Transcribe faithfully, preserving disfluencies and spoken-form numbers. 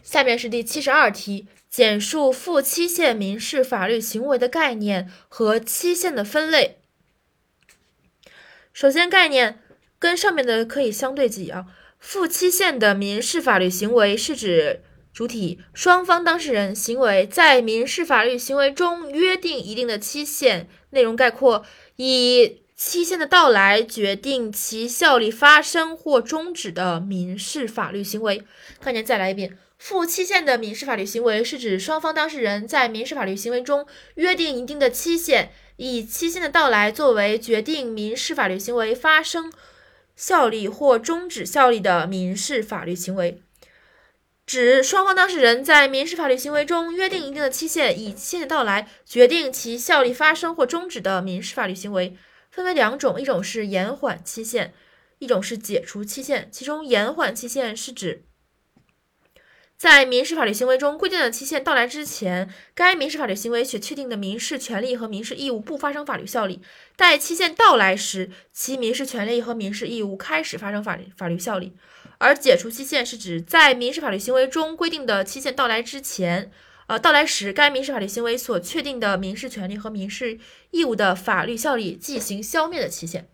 下面是第七十二题，简述负期限民事法律行为的概念和期限的分类。首先，概念跟上面的可以相对记啊。负期限的民事法律行为是指主体双方当事人行为在民事法律行为中约定一定的期限，内容概括以期限的到来决定其效力发生或终止的民事法律行为。概念再来一遍。负期限的民事法律行为是指双方当事人在民事法律行为中约定一定的期限，以期限的到来作为决定民事法律行为发生效力或终止效力的民事法律行为。指双方当事人在民事法律行为中约定一定的期限，以期限的到来决定其效力发生或终止的民事法律行为。分为两种，一种是延缓期限，一种是解除期限。其中延缓期限是指在民事法律行为中规定的期限到来之前，该民事法律行为所确定的民事权利和民事义务不发生法律效力，待期限到来时，其民事权利和民事义务开始发生法律法律效力。而解除期限是指在民事法律行为中规定的期限到来之前，呃，到来时该民事法律行为所确定的民事权利和民事义务的法律效力进行消灭的期限。